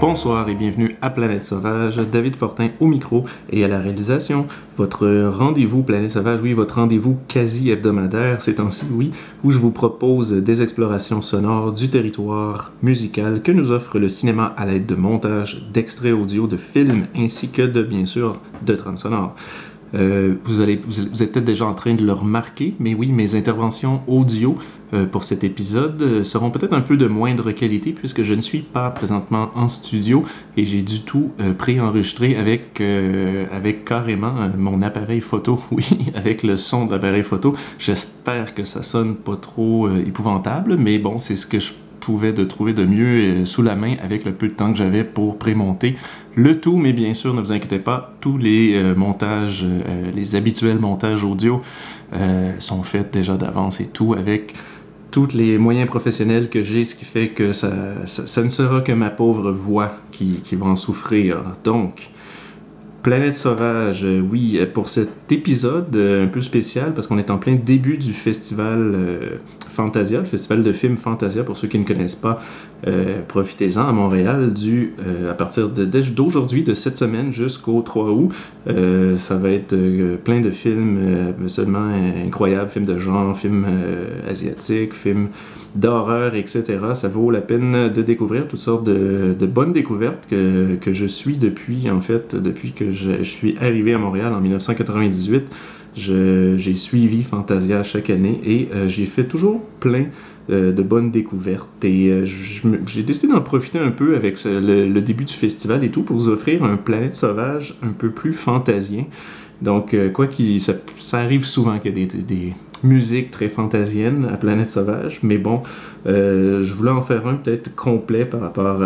Bonsoir et bienvenue à Planète Sauvage, David Fortin au micro et à la réalisation. Votre rendez-vous Planète Sauvage, oui, votre rendez-vous quasi hebdomadaire, ces temps-ci, oui, où je vous propose des explorations sonores du territoire musical que nous offre le cinéma à l'aide de montages, d'extraits audio, de films, ainsi que de, bien sûr, de trames sonores. Vous êtes peut-être déjà en train de le remarquer, mais oui, mes interventions audio pour cet épisode seront peut-être un peu de moindre qualité puisque je ne suis pas présentement en studio et j'ai du tout pré-enregistré avec carrément mon appareil photo, oui, avec le son de l'appareil photo. J'espère que ça sonne pas trop épouvantable, mais bon, c'est ce que je pouvais trouver de mieux sous la main avec le peu de temps que j'avais pour pré-monter le tout, mais bien sûr, ne vous inquiétez pas, tous les montages, les habituels montages audio sont faits déjà d'avance et tout, avec tous les moyens professionnels que j'ai, ce qui fait que ça ne sera que ma pauvre voix qui va en souffrir. Donc, Planète Sauvage, oui, pour cet épisode un peu spécial, parce qu'on est en plein début du festival Fantasia, le festival de films Fantasia, pour ceux qui ne connaissent pas, profitez-en à Montréal, à partir d'aujourd'hui, de cette semaine jusqu'au 3 août. Ça va être plein de films absolument incroyables, films de genre, films asiatiques, films d'horreur, etc. Ça vaut la peine de découvrir toutes sortes de bonnes découvertes que je suis depuis que je suis arrivé à Montréal en 1998. J'ai suivi Fantasia chaque année et j'ai fait toujours plein de bonnes découvertes et j'ai décidé d'en profiter un peu avec le début du festival et tout pour vous offrir un Planète Sauvage un peu plus fantasien. Donc, ça arrive souvent qu'il y a des musiques très fantasiennes à Planète Sauvage, mais bon, je voulais en faire un peut-être complet par rapport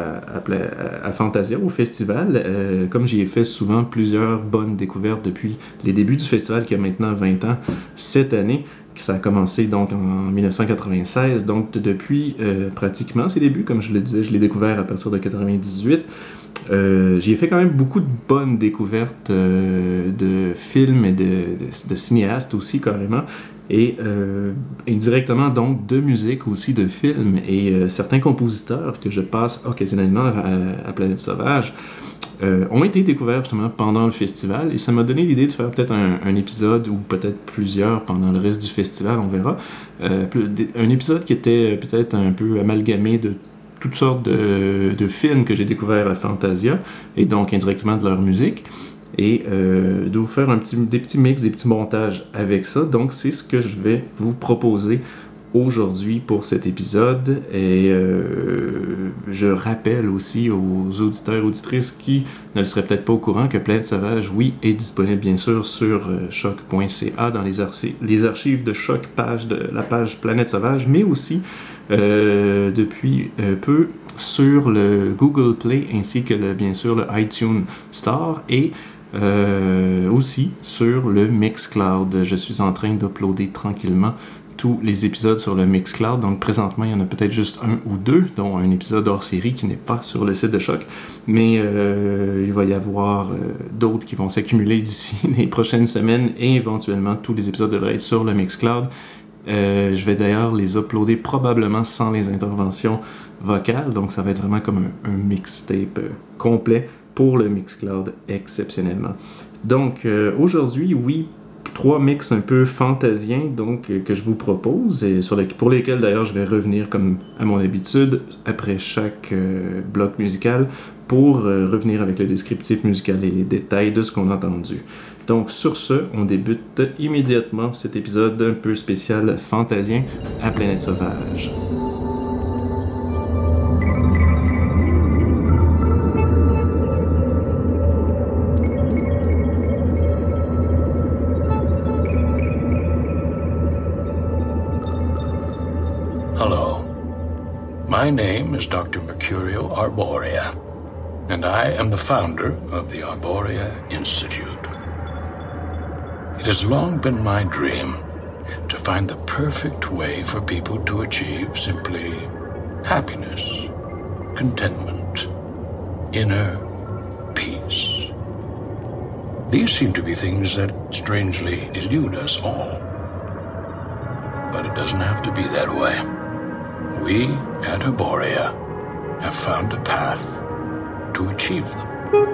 à Fantasia, au festival, comme j'y ai fait souvent plusieurs bonnes découvertes depuis les débuts du festival qui a maintenant 20 ans cette année. Ça a commencé donc en 1996, donc depuis pratiquement ses débuts, comme je le disais, je l'ai découvert à partir de 1998. J'y ai fait quand même beaucoup de bonnes découvertes de films et de cinéastes aussi carrément, et indirectement donc de musique aussi, de films, et certains compositeurs que je passe occasionnellement à Planète Sauvage ont été découverts justement pendant le festival, et ça m'a donné l'idée de faire peut-être un épisode ou peut-être plusieurs pendant le reste du festival, on verra, un épisode qui était peut-être un peu amalgamé de toutes sortes de films que j'ai découverts à Fantasia, et donc indirectement de leur musique, et de vous faire des petits mix, des petits montages avec ça. Donc c'est ce que je vais vous proposer aujourd'hui pour cet épisode, et je rappelle aussi aux auditeurs et auditrices qui ne le seraient peut-être pas au courant que Planète Sauvage, oui, est disponible bien sûr sur choc.ca dans les archives de Choc, la page Planète Sauvage, mais aussi depuis peu sur le Google Play ainsi que bien sûr le iTunes Store, et aussi sur le Mixcloud. Je suis en train d'uploader tranquillement tous les épisodes sur le Mixcloud, donc présentement il y en a peut-être juste un ou deux, dont un épisode hors série qui n'est pas sur le site de Choc, mais il va y avoir d'autres qui vont s'accumuler d'ici les prochaines semaines, et éventuellement tous les épisodes devraient être sur le Mixcloud. Je vais d'ailleurs les uploader probablement sans les interventions vocales, donc ça va être vraiment comme un mixtape complet pour le Mixcloud exceptionnellement. Donc aujourd'hui, oui, 3 mix un peu fantasiens donc, que je vous propose, et pour lesquels d'ailleurs je vais revenir comme à mon habitude après chaque bloc musical pour revenir avec le descriptif musical et les détails de ce qu'on a entendu. Donc sur ce, on débute immédiatement cet épisode un peu spécial fantasien à Planète Sauvage. Hello. My name is Dr. Mercurio Arboria, and I am the founder of the Arboria Institute. It has long been my dream to find the perfect way for people to achieve simply happiness, contentment, inner peace. These seem to be things that strangely elude us all. But it doesn't have to be that way. We at Arboria have found a path to achieve them.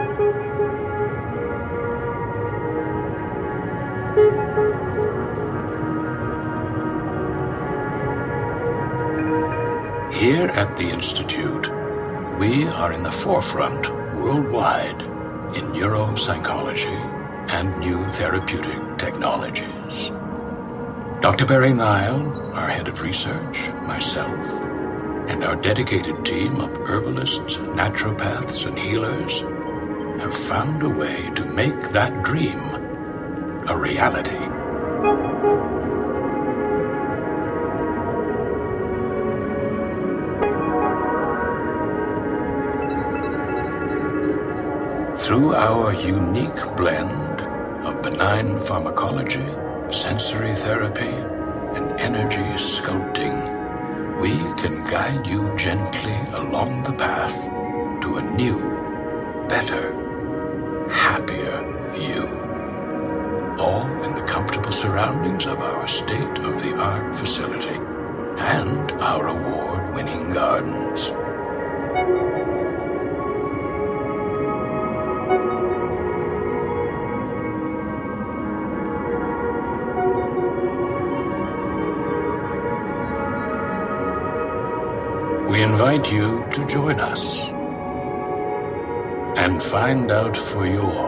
Here at the Institute, we are in the forefront worldwide in neuropsychology and new therapeutic technologies. Dr. Barry Nile, our head of research, myself, and our dedicated team of herbalists, naturopaths, and healers have found a way to make that dream a reality. Through our unique blend of benign pharmacology, sensory therapy, and energy sculpting, we can guide you gently along the path to a new, better, happier you. All in the comfortable surroundings of our state-of-the-art facility and our award-winning gardens. We invite you to join us and find out for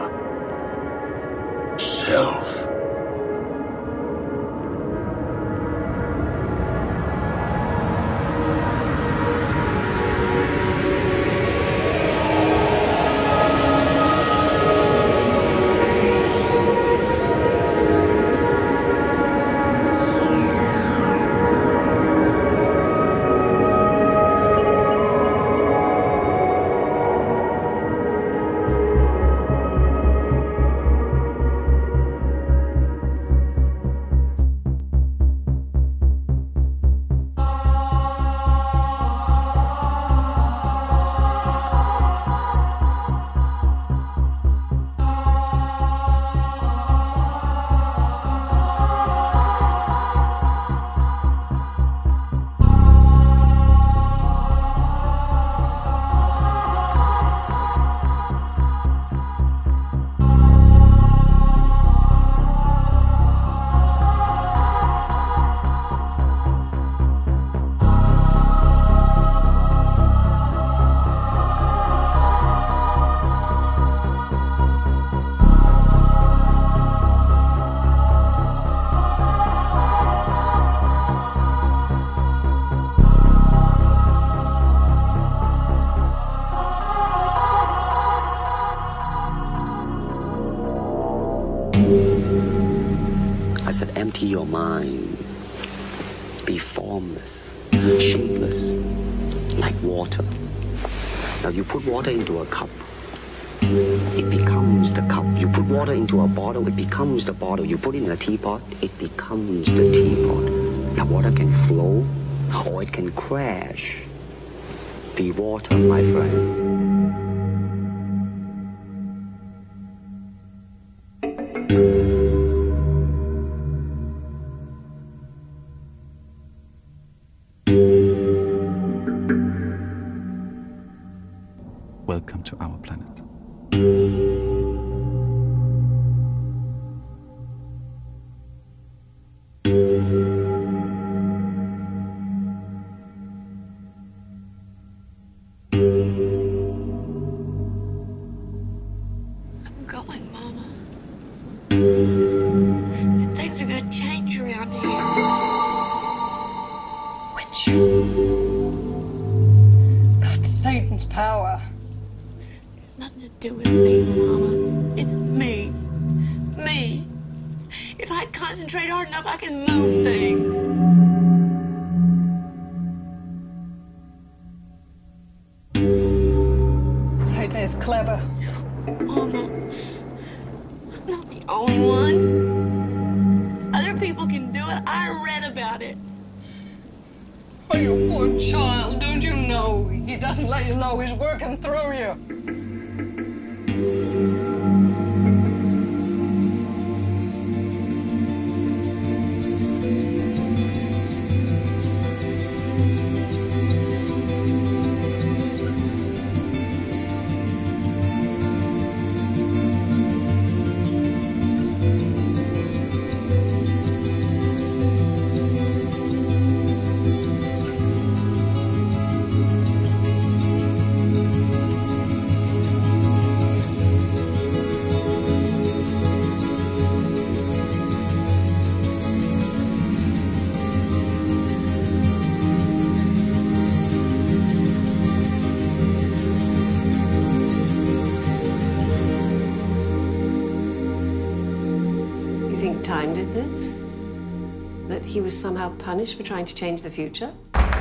yourself. I said, empty your mind. Be formless, shapeless, like water. Now you put water into a cup, it becomes the cup. You put water into a bottle, it becomes the bottle. You put it in a teapot, it becomes the teapot. Now water can flow or it can crash. Be water, my friend. Welcome to our planet. I'm going, Mama. And things are gonna change around here. Witch. That's Satan's power. It's nothing to do with Satan, Mama. It's me. Me. If I concentrate hard enough, I can move things. Satan is clever. Mama, I'm not the only one. Other people can do it. I read about it. Oh, you poor child. Don't you know? He doesn't let you know he's working through you. think time did this? That he was somehow punished for trying to change the future?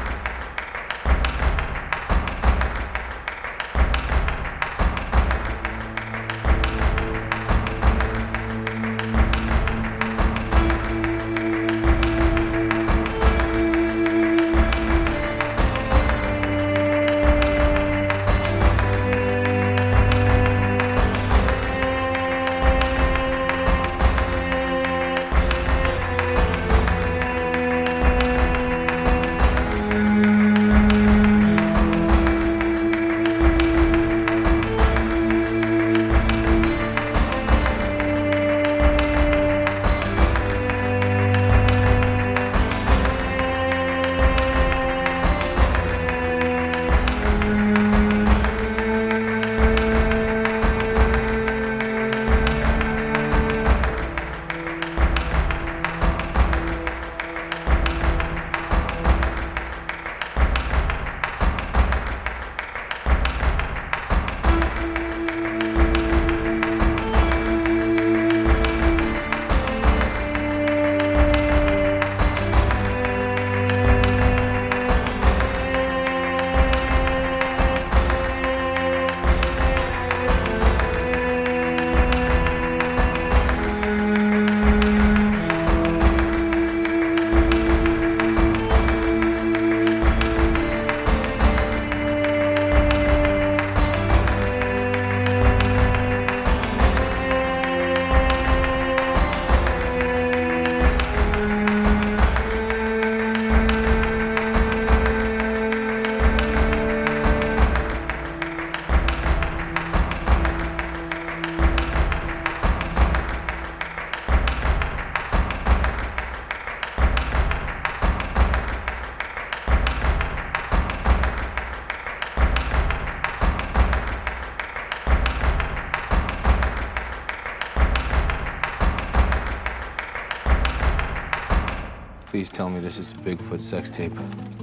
Please tell me this is a Bigfoot sex tape.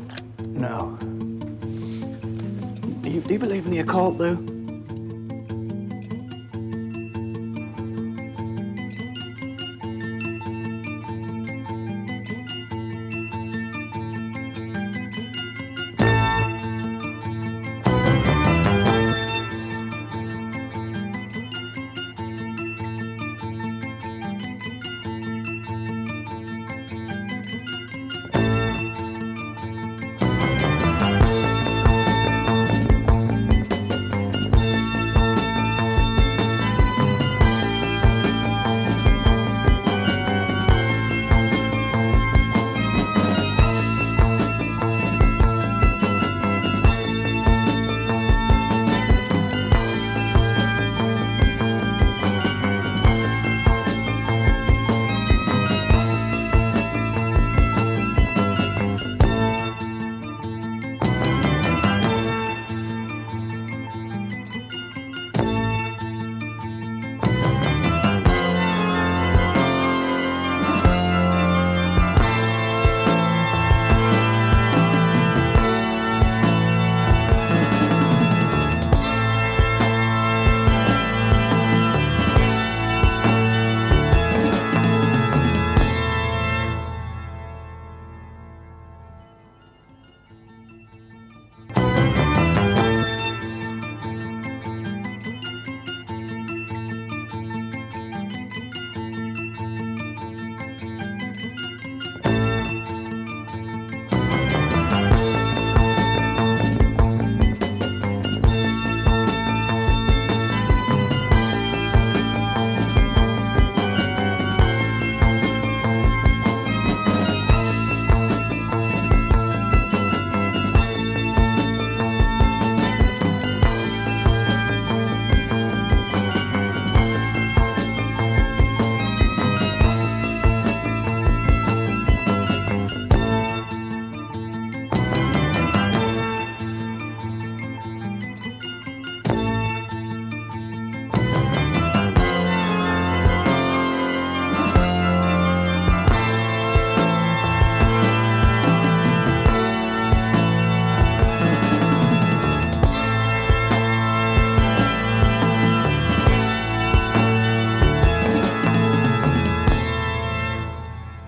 No. Do you believe in the occult, Lou?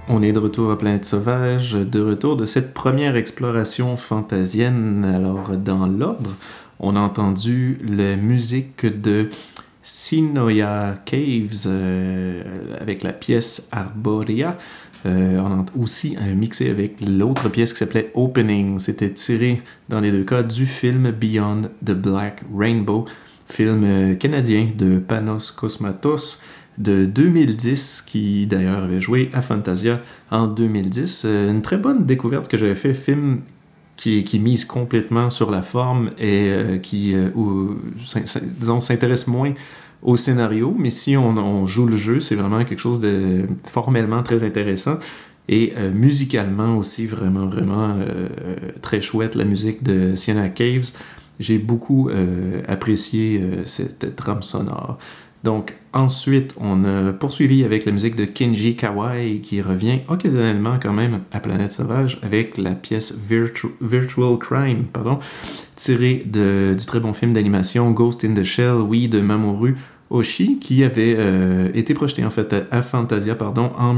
On est de retour à Planète Sauvage, de retour de cette première exploration fantasienne. Alors, dans l'ordre, on a entendu la musique de Sinoia Caves avec la pièce Arborea. On a aussi mixé avec l'autre pièce qui s'appelait Opening. C'était tiré, dans les deux cas, du film Beyond the Black Rainbow, film canadien de Panos Cosmatos, de 2010, qui d'ailleurs avait joué à Fantasia en 2010. Une très bonne découverte que j'avais fait, film qui mise complètement sur la forme et disons, s'intéresse moins au scénario, mais si on joue le jeu, c'est vraiment quelque chose de formellement très intéressant et musicalement aussi vraiment très chouette, la musique de Sienna Caves. J'ai beaucoup apprécié cette trame sonore. Donc, ensuite, on a poursuivi avec la musique de Kenji Kawai, qui revient occasionnellement quand même à Planète Sauvage avec la pièce Virtual Crime, tirée du très bon film d'animation Ghost in the Shell, de Mamoru Oshii, qui avait été projeté en fait à Fantasia en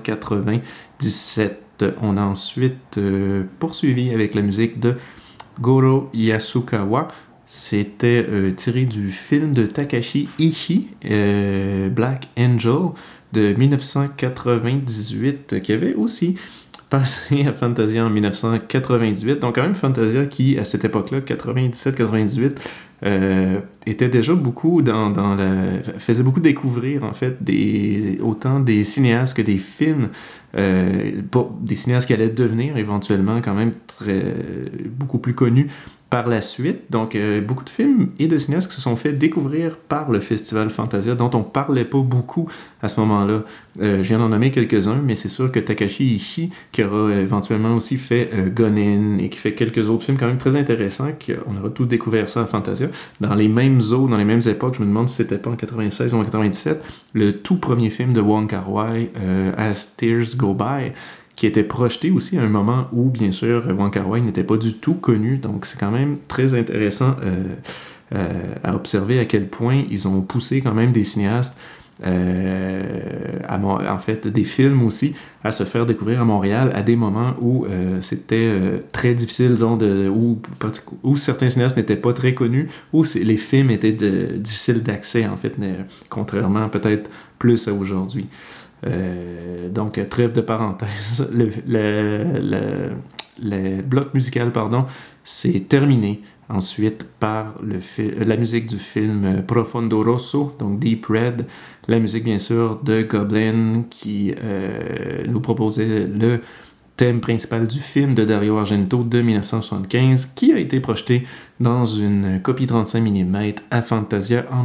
1997. On a ensuite poursuivi avec la musique de Goro Yasukawa. C'était tiré du film de Takashi Ishii, Black Angel, de 1998, qui avait aussi passé à Fantasia en 1998. Donc quand même Fantasia qui, à cette époque-là, 97-98, était déjà beaucoup faisait beaucoup découvrir en fait autant des cinéastes que des films, des cinéastes qui allaient devenir éventuellement quand même beaucoup plus connus par la suite. Donc, beaucoup de films et de cinéastes qui se sont fait découvrir par le Festival Fantasia, dont on parlait pas beaucoup à ce moment-là. Je viens d'en nommer quelques-uns, mais c'est sûr que Takashi Ishii, qui aura éventuellement aussi fait Gonin et qui fait quelques autres films quand même très intéressants, on aura tout découvert ça à Fantasia. Dans les mêmes eaux, dans les mêmes époques, je me demande si c'était pas en 96 ou en 97, le tout premier film de Wong Kar-wai, As Tears Go By, qui était projeté aussi à un moment où, bien sûr, Wong Kar-wai n'était pas du tout connu. Donc, c'est quand même très intéressant à observer à quel point ils ont poussé quand même des cinéastes, en fait, des films aussi, à se faire découvrir à Montréal à des moments où c'était très difficile, disons, où certains cinéastes n'étaient pas très connus, où les films étaient difficiles d'accès, en fait, contrairement peut-être plus à aujourd'hui. Donc, trêve de parenthèse, le bloc musical, c'est terminé ensuite par la musique du film Profondo Rosso, donc Deep Red, la musique bien sûr de Goblin qui nous proposait le thème principal du film de Dario Argento de 1975, qui a été projeté dans une copie 35 mm à Fantasia en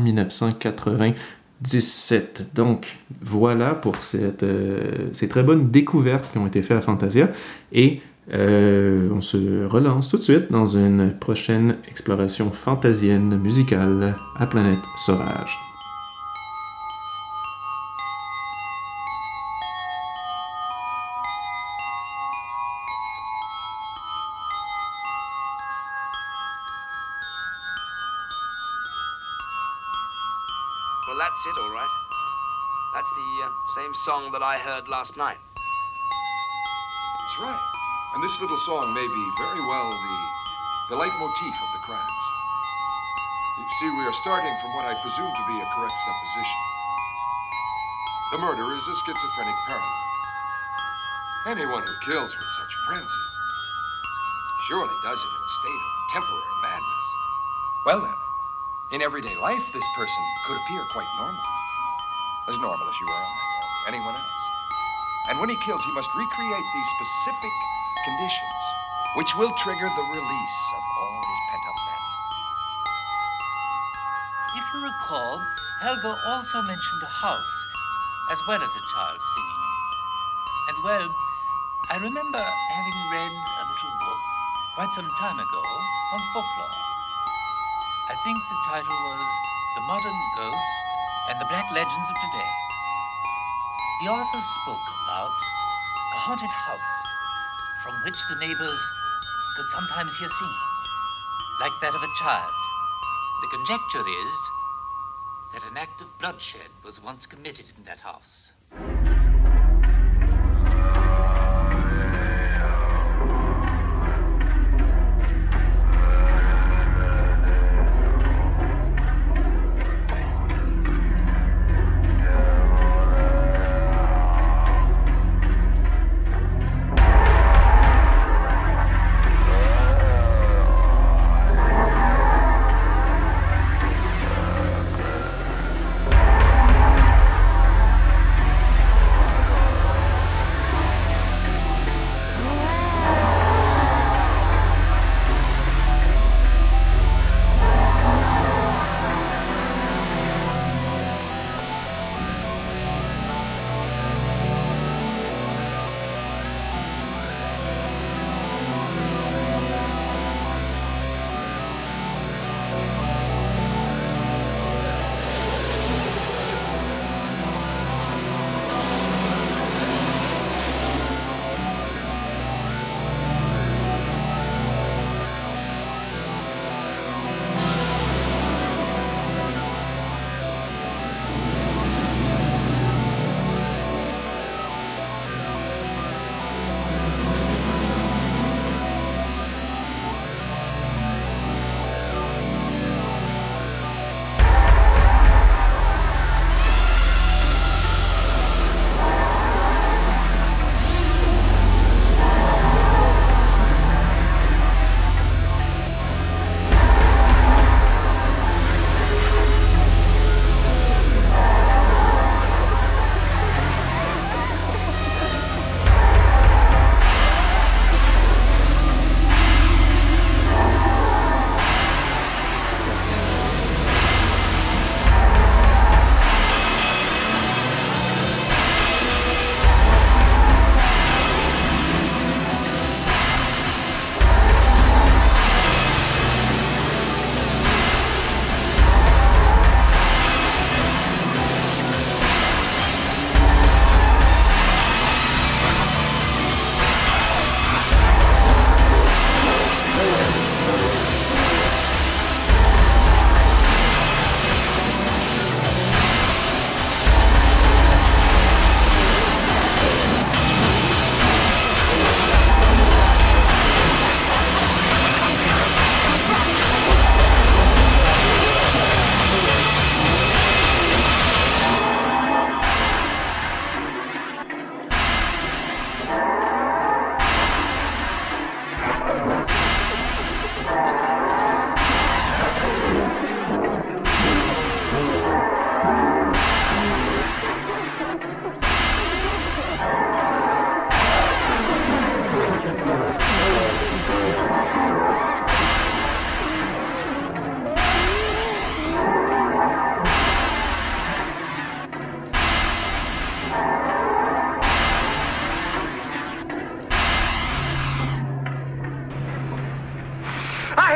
1997. Donc, voilà pour ces très bonnes découvertes qui ont été faites à Fantasia. Et on se relance tout de suite dans une prochaine exploration fantasienne musicale à Planète Sauvage. Well, that's it, all right. That's the same song that I heard last night. That's right. And this little song may be very well the leitmotif of the Kranz. You see, we are starting from what I presume to be a correct supposition. The murder is a schizophrenic paranoid. Anyone who kills with such frenzy surely does it in a state of temporary madness. Well then, in everyday life, this person could appear quite normal. As normal as you or I, or anyone else. And when he kills, he must recreate these specific conditions, which will trigger the release of all his pent-up madness. If you recall, Helga also mentioned a house, as well as a child singing. And well, I remember having read a little book quite some time ago on folklore. I think the title was The Modern Ghost and the Black Legends of Today. The author spoke about a haunted house from which the neighbors could sometimes hear singing, like that of a child. The conjecture is that an act of bloodshed was once committed in that house.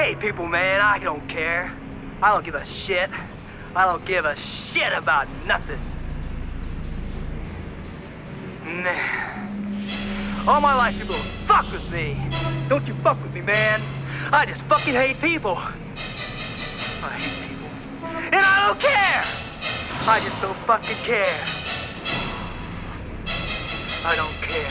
hate people, man. I don't care. I don't give a shit. I don't give a shit about nothing. Nah. All my life people fuck with me. Don't you fuck with me, man. I just fucking hate people. I hate people. And I don't care. I just don't fucking care. I don't care.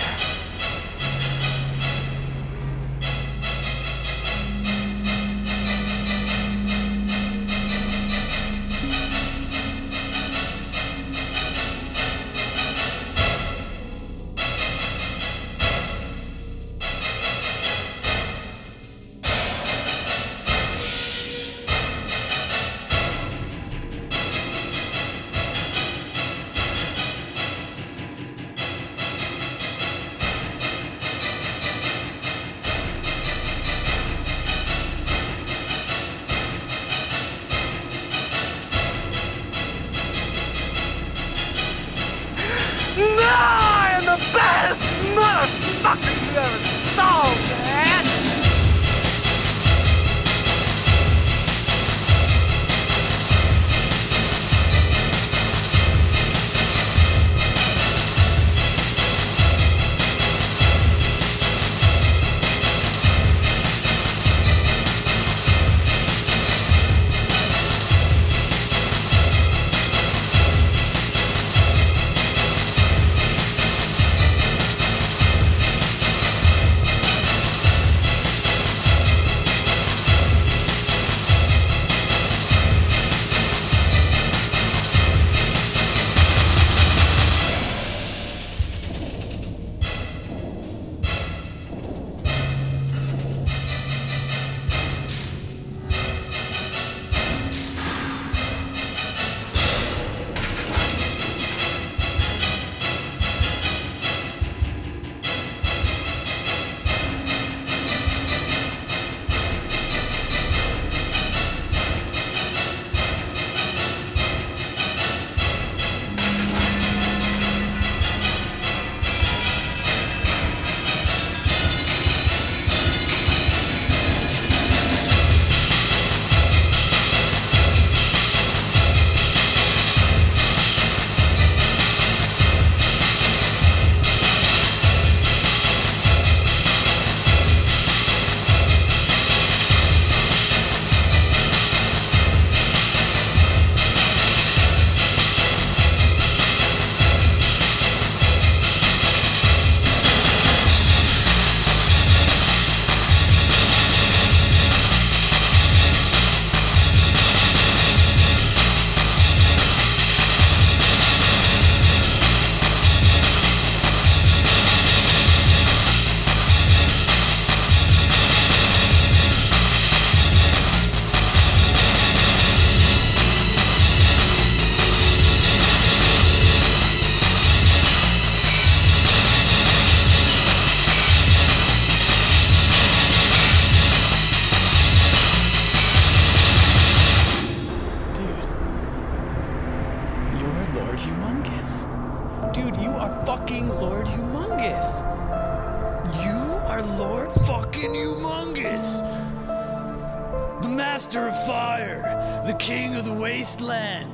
I am the baddest motherfucker you ever saw, man! fucking humongous. The master of fire, the king of the wasteland.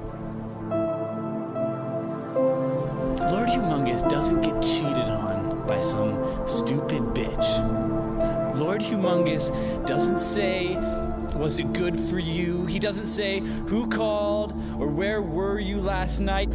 Lord Humongous doesn't get cheated on by some stupid bitch. Lord Humongous doesn't say, was it good for you? He doesn't say, who called or where were you last night?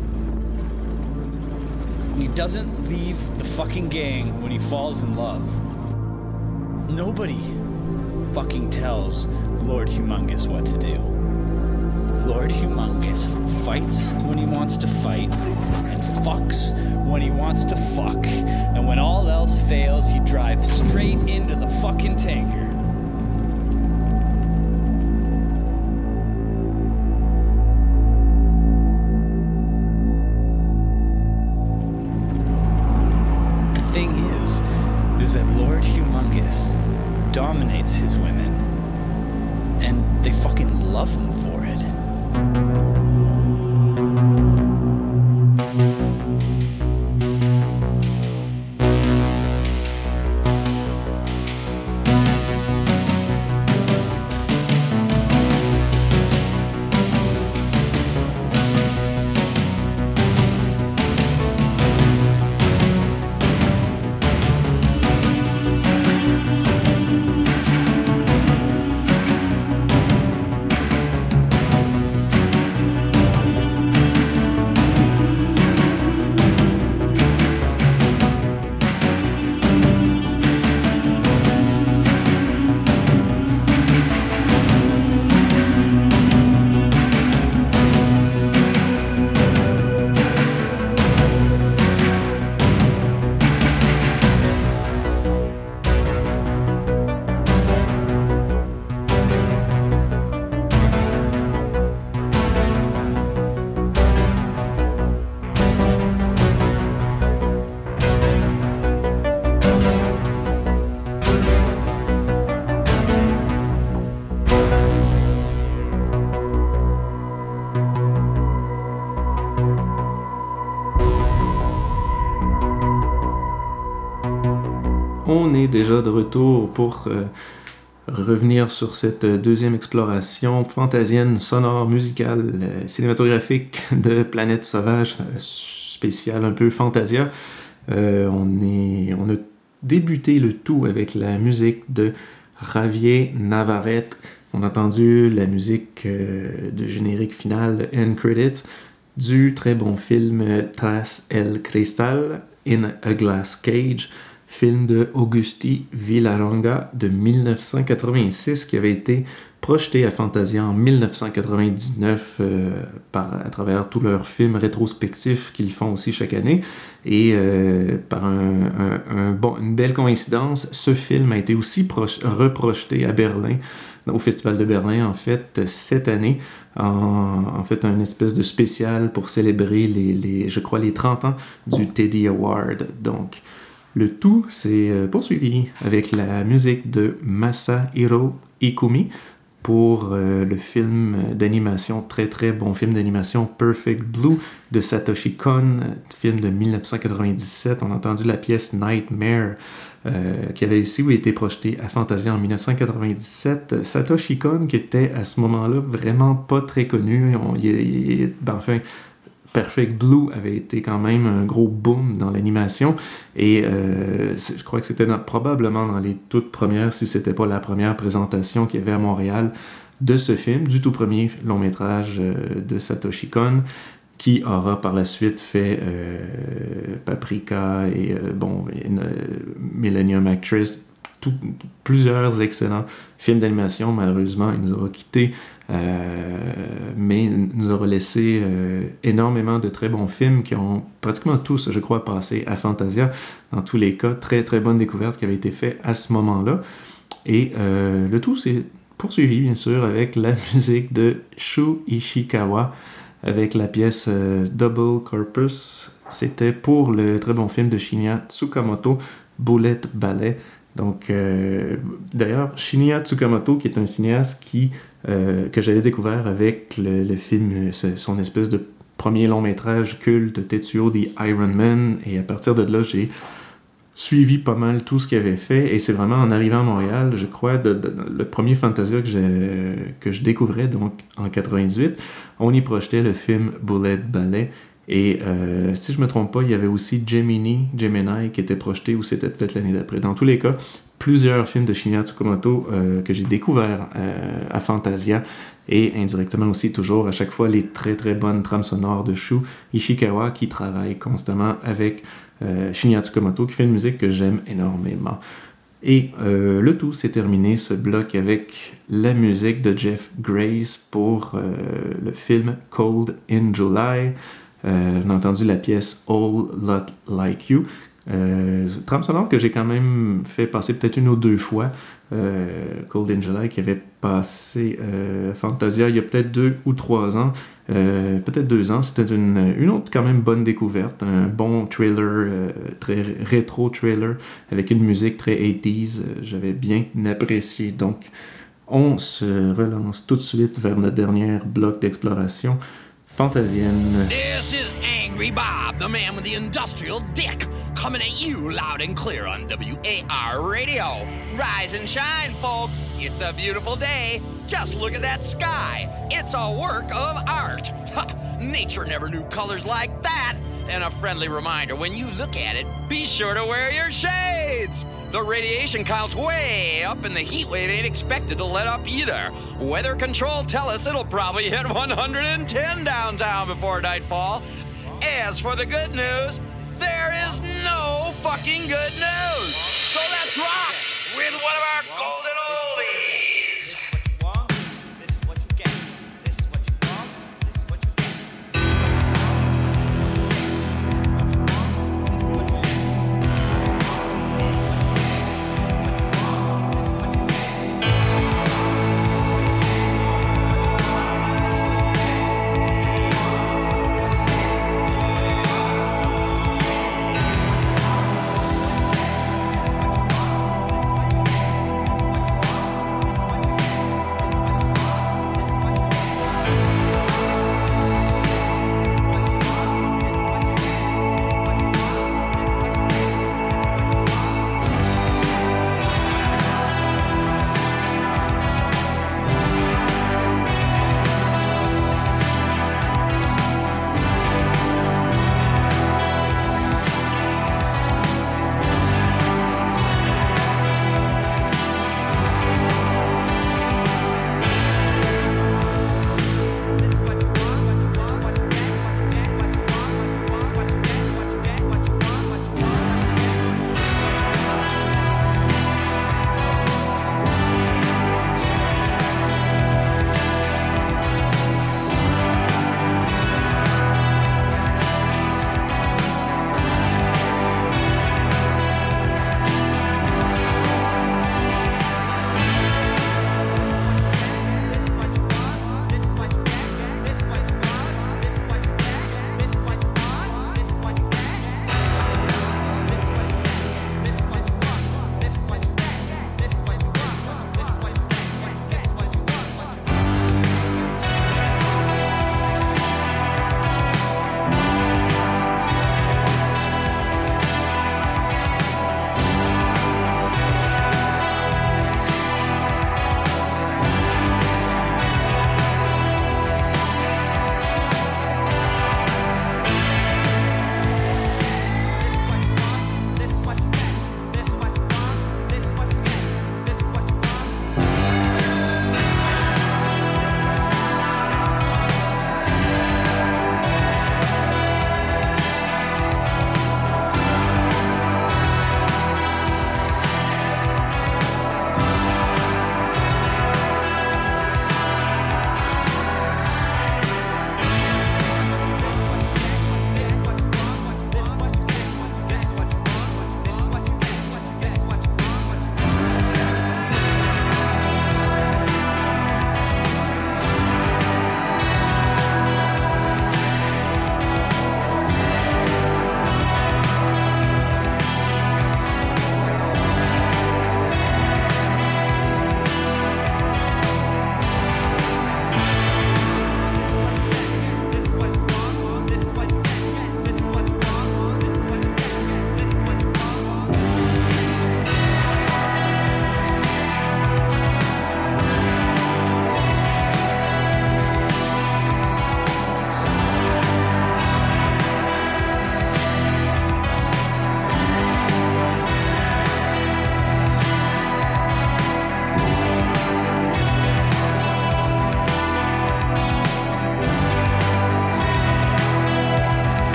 He doesn't leave the fucking gang when he falls in love. Nobody fucking tells Lord Humongous what to do. Lord Humongous fights when he wants to fight and fucks when he wants to fuck. And when all else fails, he drives straight into the fucking tanker. The thing is that Lord Humongous dominates his women, and they fucking love him for it. on est déjà de retour pour revenir sur cette deuxième exploration fantasienne, sonore, musicale, cinématographique de Planète Sauvage, spéciale un peu Fantasia. On a débuté le tout avec la musique de Javier Navarrete. On a entendu la musique du générique final, End Credits, du très bon film Tras el Cristal, In a Glass Cage, film de Augusti Villaronga de 1986 qui avait été projeté à Fantasia en 1999 à travers tous leurs films rétrospectifs qu'ils font aussi chaque année. Et par une belle coïncidence, ce film a été aussi reprojeté à Berlin, au Festival de Berlin, en fait, cette année, en fait, un espèce de spécial pour célébrer je crois, les 30 ans du Teddy Award. Donc, le tout s'est poursuivi avec la musique de Masahiro Ikumi pour le film d'animation, très très bon film d'animation Perfect Blue de Satoshi Kon, film de 1997. On a entendu la pièce Nightmare qui avait aussi été projetée à Fantasia en 1997. Satoshi Kon qui était à ce moment-là vraiment pas très connu. Enfin, Perfect Blue avait été quand même un gros boom dans l'animation et je crois que c'était probablement dans les toutes premières, si c'était pas la première présentation qu'il y avait à Montréal de ce film, du tout premier long-métrage de Satoshi Kon, qui aura par la suite fait Paprika et Millennium Actress, plusieurs excellents films d'animation. Malheureusement, il nous aura quittés, mais il nous aura laissé énormément de très bons films qui ont pratiquement tous, je crois, passé à Fantasia. Dans tous les cas, très très bonne découverte qui avait été faite à ce moment-là. Et le tout s'est poursuivi, bien sûr, avec la musique de Shu Ishikawa, avec la pièce Double Corpus. C'était pour le très bon film de Shinya Tsukamoto, Bullet Ballet. Donc, d'ailleurs, Shinya Tsukamoto, qui est un cinéaste que j'avais découvert avec le film, son espèce de premier long-métrage culte, Tetsuo the Iron Man, et à partir de là, j'ai suivi pas mal tout ce qu'il avait fait, et c'est vraiment en arrivant à Montréal, je crois, le premier Fantasia que je découvrais, donc en 98, on y projetait le film Bullet Ballet, et si je me trompe pas, il y avait aussi Gemini qui était projeté, ou c'était peut-être l'année d'après. Dans tous les cas, plusieurs films de Shinya Tsukamoto que j'ai découverts à Fantasia, et indirectement aussi toujours à chaque fois les très très bonnes trames sonores de Shu Ishikawa qui travaille constamment avec Shinya Tsukamoto, qui fait une musique que j'aime énormément. Et le tout s'est terminé, ce bloc, avec la musique de Jeff Grace pour le film Cold in July. On a entendu la pièce All Lot Like You, trame sonore que j'ai quand même fait passer peut-être une ou deux fois. Cold in July qui avait passé Fantasia il y a peut-être 2 ou 3 ans, peut-être 2 ans. C'était une autre quand même bonne découverte, un bon trailer, très rétro trailer avec une musique très 80s, j'avais bien apprécié. Donc on se relance tout de suite vers notre dernier bloc d'exploration fantasienne. This is Angry Bob, the man with the industrial dick, coming at you loud and clear on WAR Radio. Rise and shine, folks. It's a beautiful day. Just look at that sky. It's a work of art. Nature never knew colors like that. And a friendly reminder, when you look at it, be sure to wear your shades. The radiation count's way up and the heat wave ain't expected to let up either. Weather control tell us it'll probably hit 110 downtown before nightfall. As for the good news, there is no fucking good news. So let's rock with one of our golden oldies.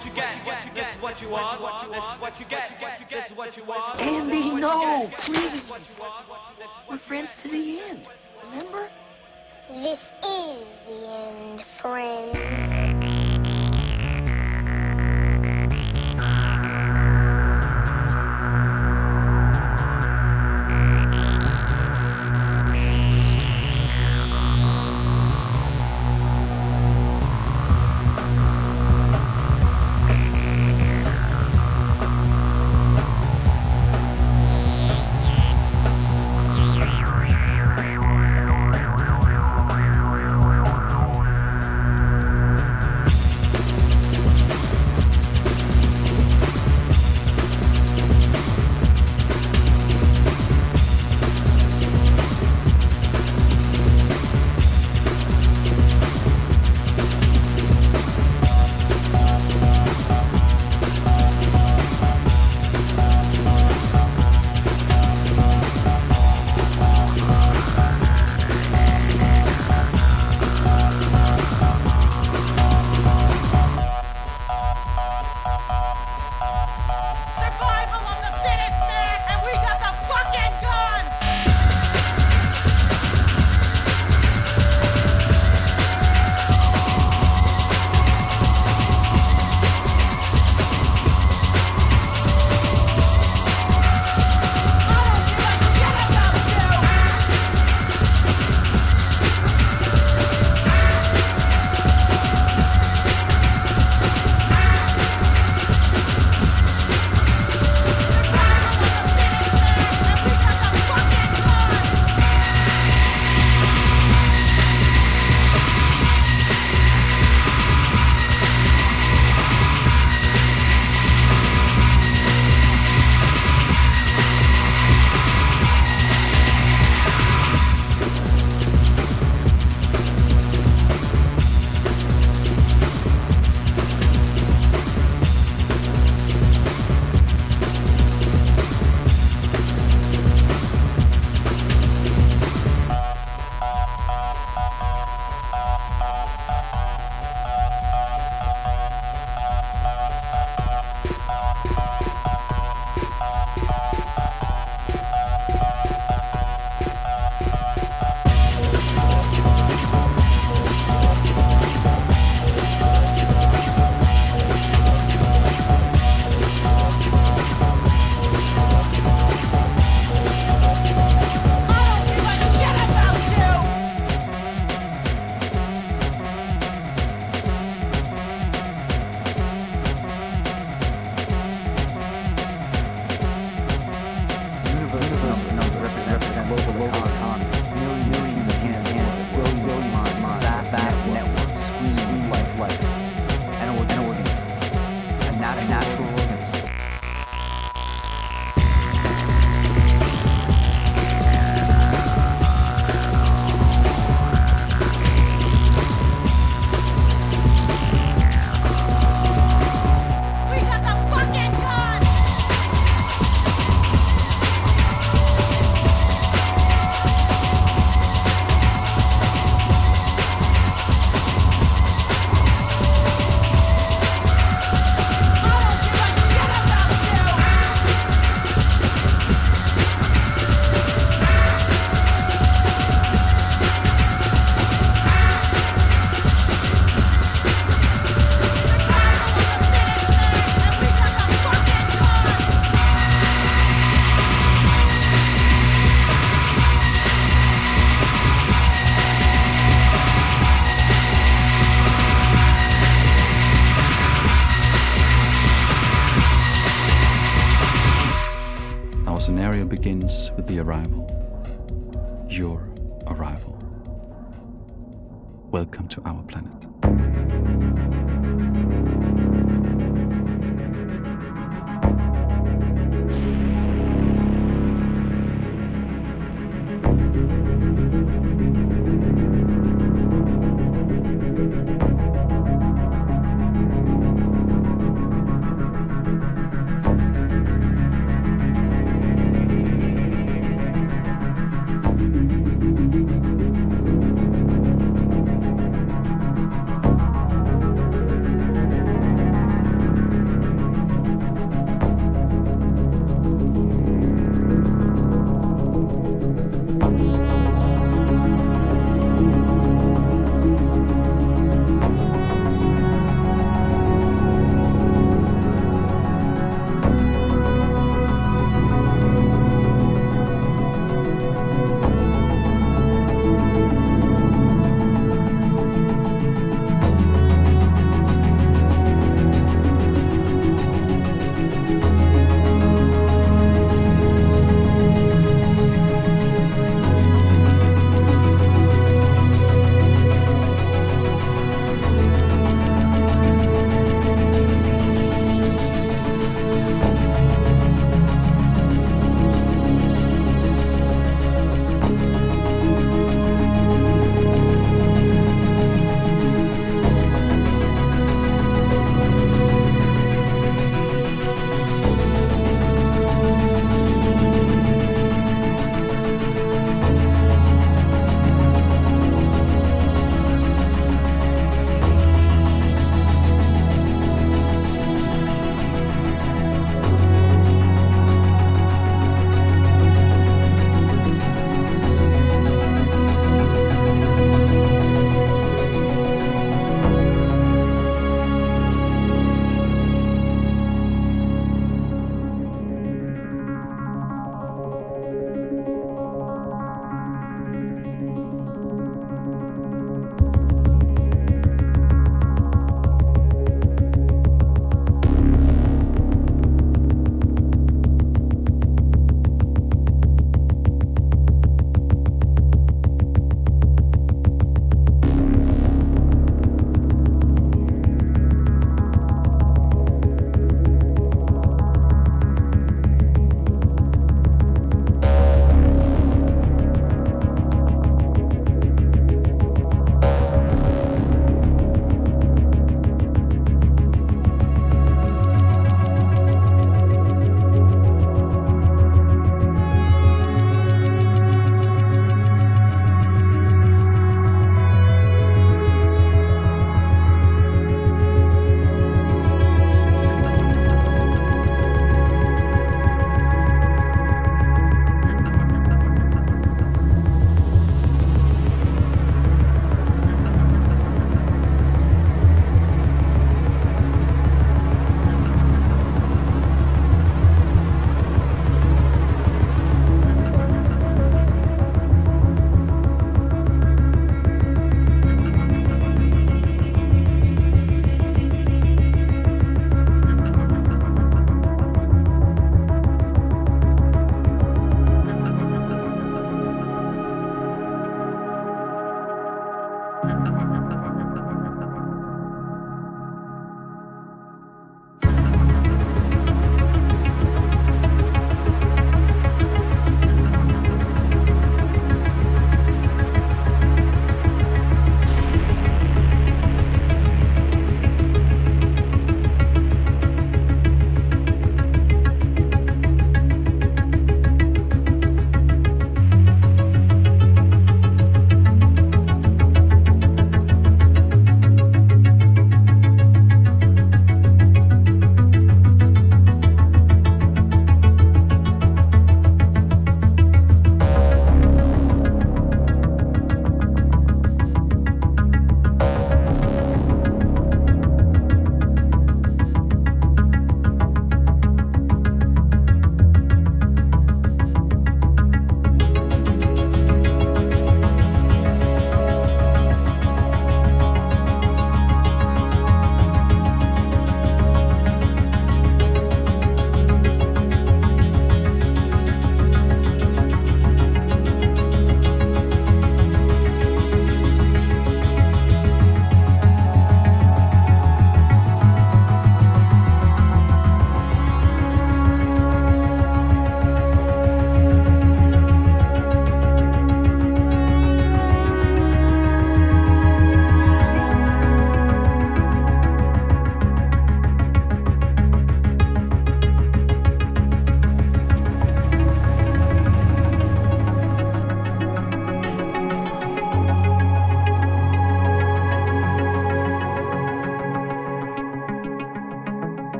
what you get. This is what you want. This is what you get. This is what you want. Andy, no, please. We're friends to the end. Remember? This is the end, friend. scenario begins with the arrival. Your arrival. Welcome to our planet.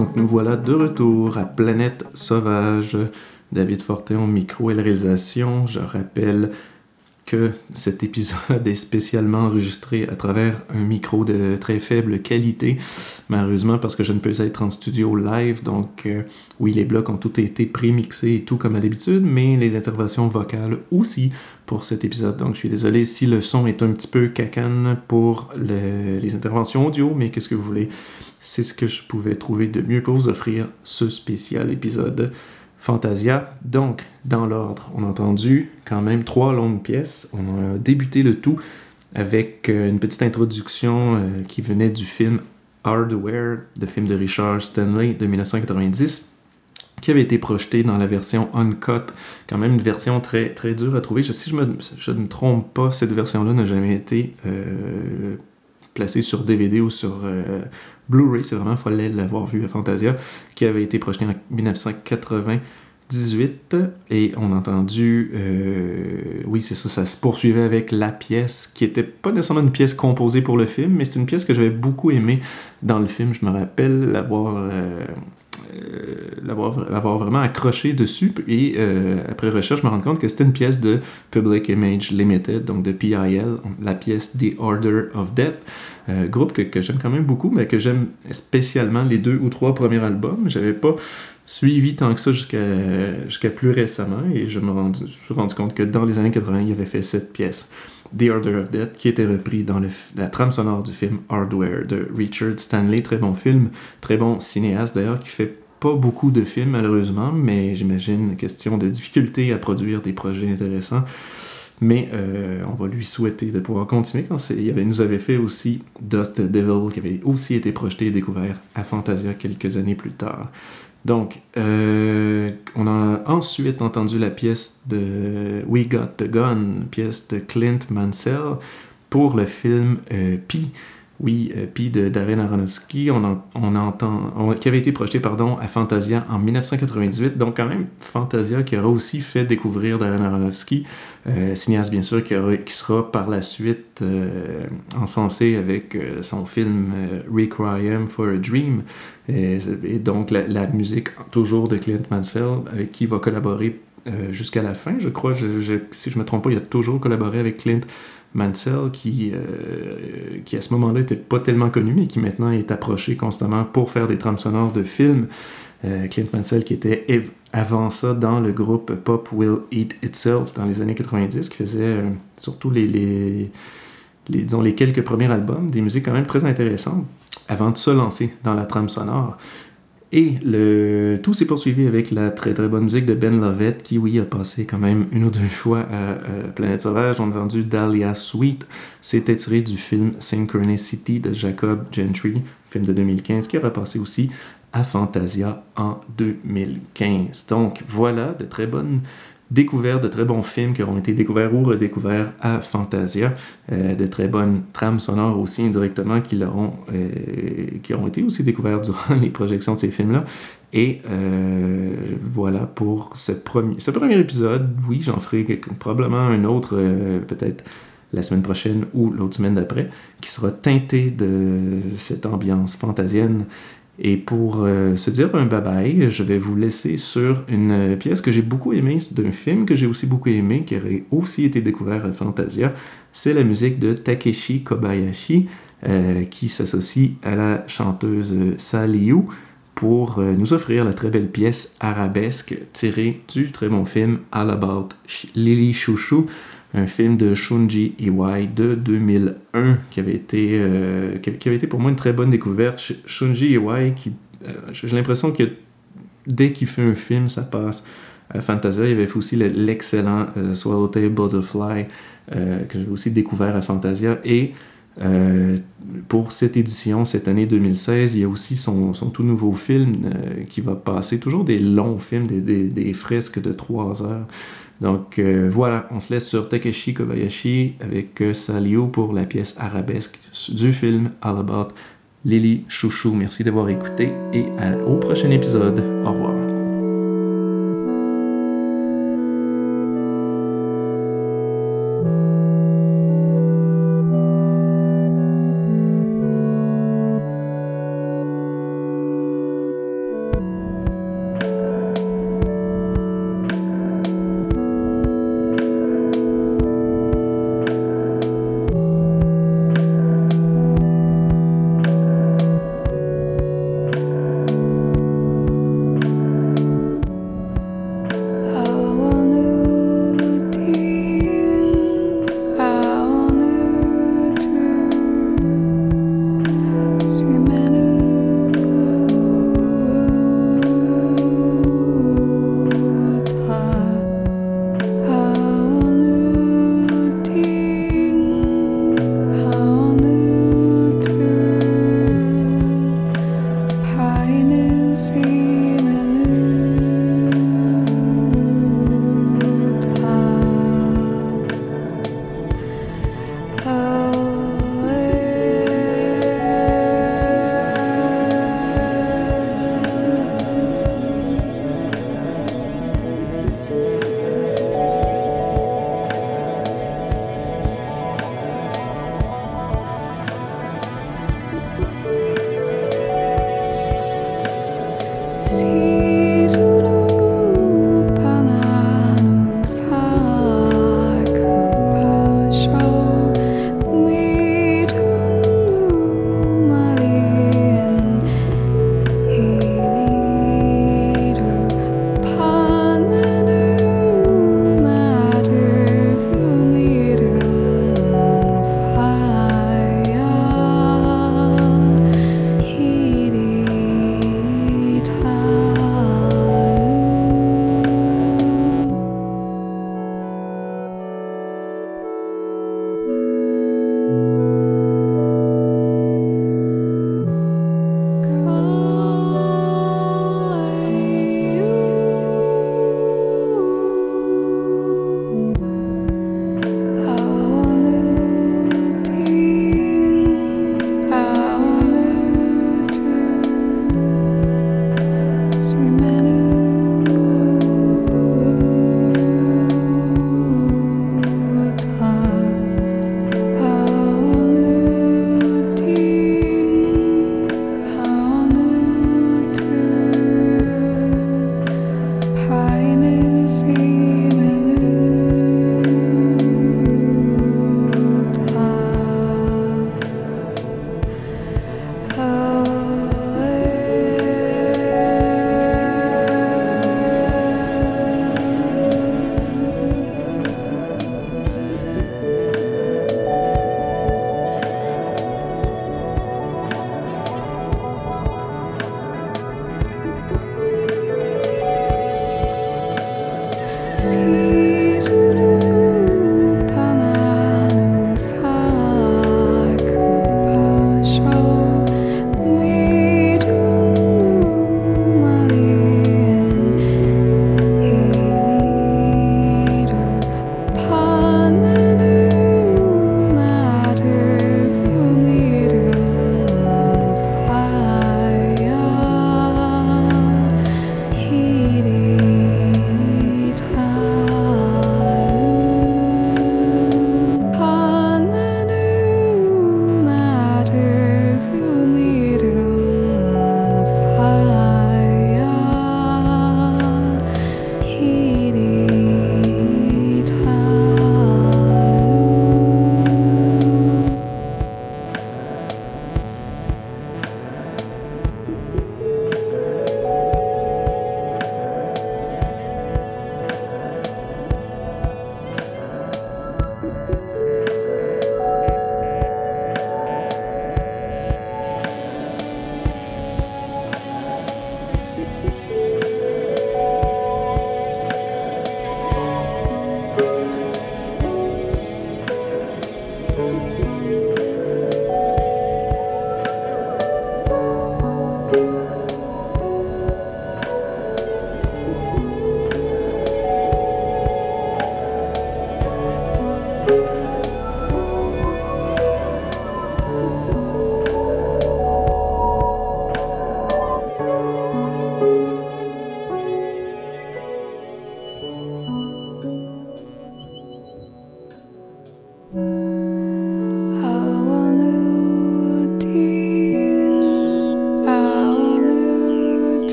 Donc nous voilà de retour à Planète Sauvage. David Fortin au micro et la réalisation. Je rappelle que cet épisode est spécialement enregistré à travers un micro de très faible qualité, malheureusement parce que je ne peux être en studio live, donc oui, les blocs ont tous été pré-mixés et tout comme à l'habitude, mais les interventions vocales aussi pour cet épisode, donc je suis désolé si le son est un petit peu cacane pour les interventions audio, mais qu'est-ce que vous voulez, c'est ce que je pouvais trouver de mieux pour vous offrir ce spécial épisode Fantasia. Donc, dans l'ordre, on a entendu quand même 3 longues pièces. On a débuté le tout avec une petite introduction qui venait du film Hardware, le film de Richard Stanley de 1990, qui avait été projeté dans la version uncut, quand même une version très, très dure à trouver. Si je ne me trompe pas, cette version-là n'a jamais été placée sur DVD ou sur Blu-ray, c'est vraiment, il fallait l'avoir vu à Fantasia, qui avait été projeté en 1998, et on a entendu, oui c'est ça, ça se poursuivait avec la pièce, qui était pas nécessairement une pièce composée pour le film, mais c'est une pièce que j'avais beaucoup aimée dans le film, je me rappelle l'avoir vraiment accroché dessus, et après recherche, je me rends compte que c'était une pièce de Public Image Limited, donc de PIL, la pièce The Order of Death, groupe que j'aime quand même beaucoup, mais que j'aime spécialement les 2 ou 3 premiers albums. J'avais pas suivi tant que ça jusqu'à plus récemment, et je me suis rendu compte que dans les années 80, il avait fait cette pièce, The Order of Death, qui était repris dans la trame sonore du film Hardware de Richard Stanley. Très bon film, très bon cinéaste d'ailleurs, qui fait pas beaucoup de films malheureusement, mais j'imagine question de difficulté à produire des projets intéressants. Mais on va lui souhaiter de pouvoir continuer. Il nous avait fait aussi Dust Devil, qui avait aussi été projeté et découvert à Fantasia quelques années plus tard. Donc, on a ensuite entendu la pièce de We Got the Gun, pièce de Clint Mansell, pour le film Pi. Oui, Pi de Darren Aronofsky, qui avait été projeté à Fantasia en 1998. Donc quand même, Fantasia qui aura aussi fait découvrir Darren Aronofsky, cinéaste bien sûr, qui sera par la suite encensé avec son film Requiem for a Dream. Et donc la musique toujours de Clint Mansell, avec qui il va collaborer jusqu'à la fin, je crois. Si je ne me trompe pas, il a toujours collaboré avec Clint Mansell, qui à ce moment-là n'était pas tellement connu, mais qui maintenant est approché constamment pour faire des trames sonores de films. Clint Mansell qui était avant ça dans le groupe Pop Will Eat Itself dans les années 90, qui faisait surtout les quelques premiers albums, des musiques quand même très intéressantes, avant de se lancer dans la trame sonore. Et tout s'est poursuivi avec la très très bonne musique de Ben Lovett, qui oui a passé quand même 1 ou 2 fois à Planète Sauvage. On a entendu Dahlia Sweet, c'était tiré du film Synchronicity de Jacob Gentry, film de 2015, qui aura passé aussi à Fantasia en 2015. Donc voilà, de très bonnes découvertes, de très bons films qui auront été découverts ou redécouverts à Fantasia, de très bonnes trames sonores aussi indirectement qui auront été aussi découvertes durant les projections de ces films-là. Et voilà pour ce premier épisode. Oui, j'en ferai probablement un autre, peut-être la semaine prochaine ou l'autre semaine d'après, qui sera teinté de cette ambiance fantasienne. Et pour se dire un bye-bye, je vais vous laisser sur une pièce que j'ai beaucoup aimée, d'un film que j'ai aussi beaucoup aimé, qui aurait aussi été découvert à Fantasia. C'est la musique de Takeshi Kobayashi, qui s'associe à la chanteuse Saliu pour nous offrir la très belle pièce arabesque tirée du très bon film All About Lily Chouchou, un film de Shunji Iwai de 2001 qui avait été pour moi une très bonne découverte. Shunji Iwai, j'ai l'impression que dès qu'il fait un film, ça passe. À Fantasia, il y avait fait aussi l'excellent Swallowtail Butterfly que j'ai aussi découvert à Fantasia. Et pour cette édition, cette année 2016, il y a aussi son tout nouveau film qui va passer, toujours des longs films, des fresques de 3 heures. Donc voilà, on se laisse sur Takeshi Kobayashi avec Saliu pour la pièce arabesque du film All About Lily Chouchou. Merci d'avoir écouté et au prochain épisode. Au revoir.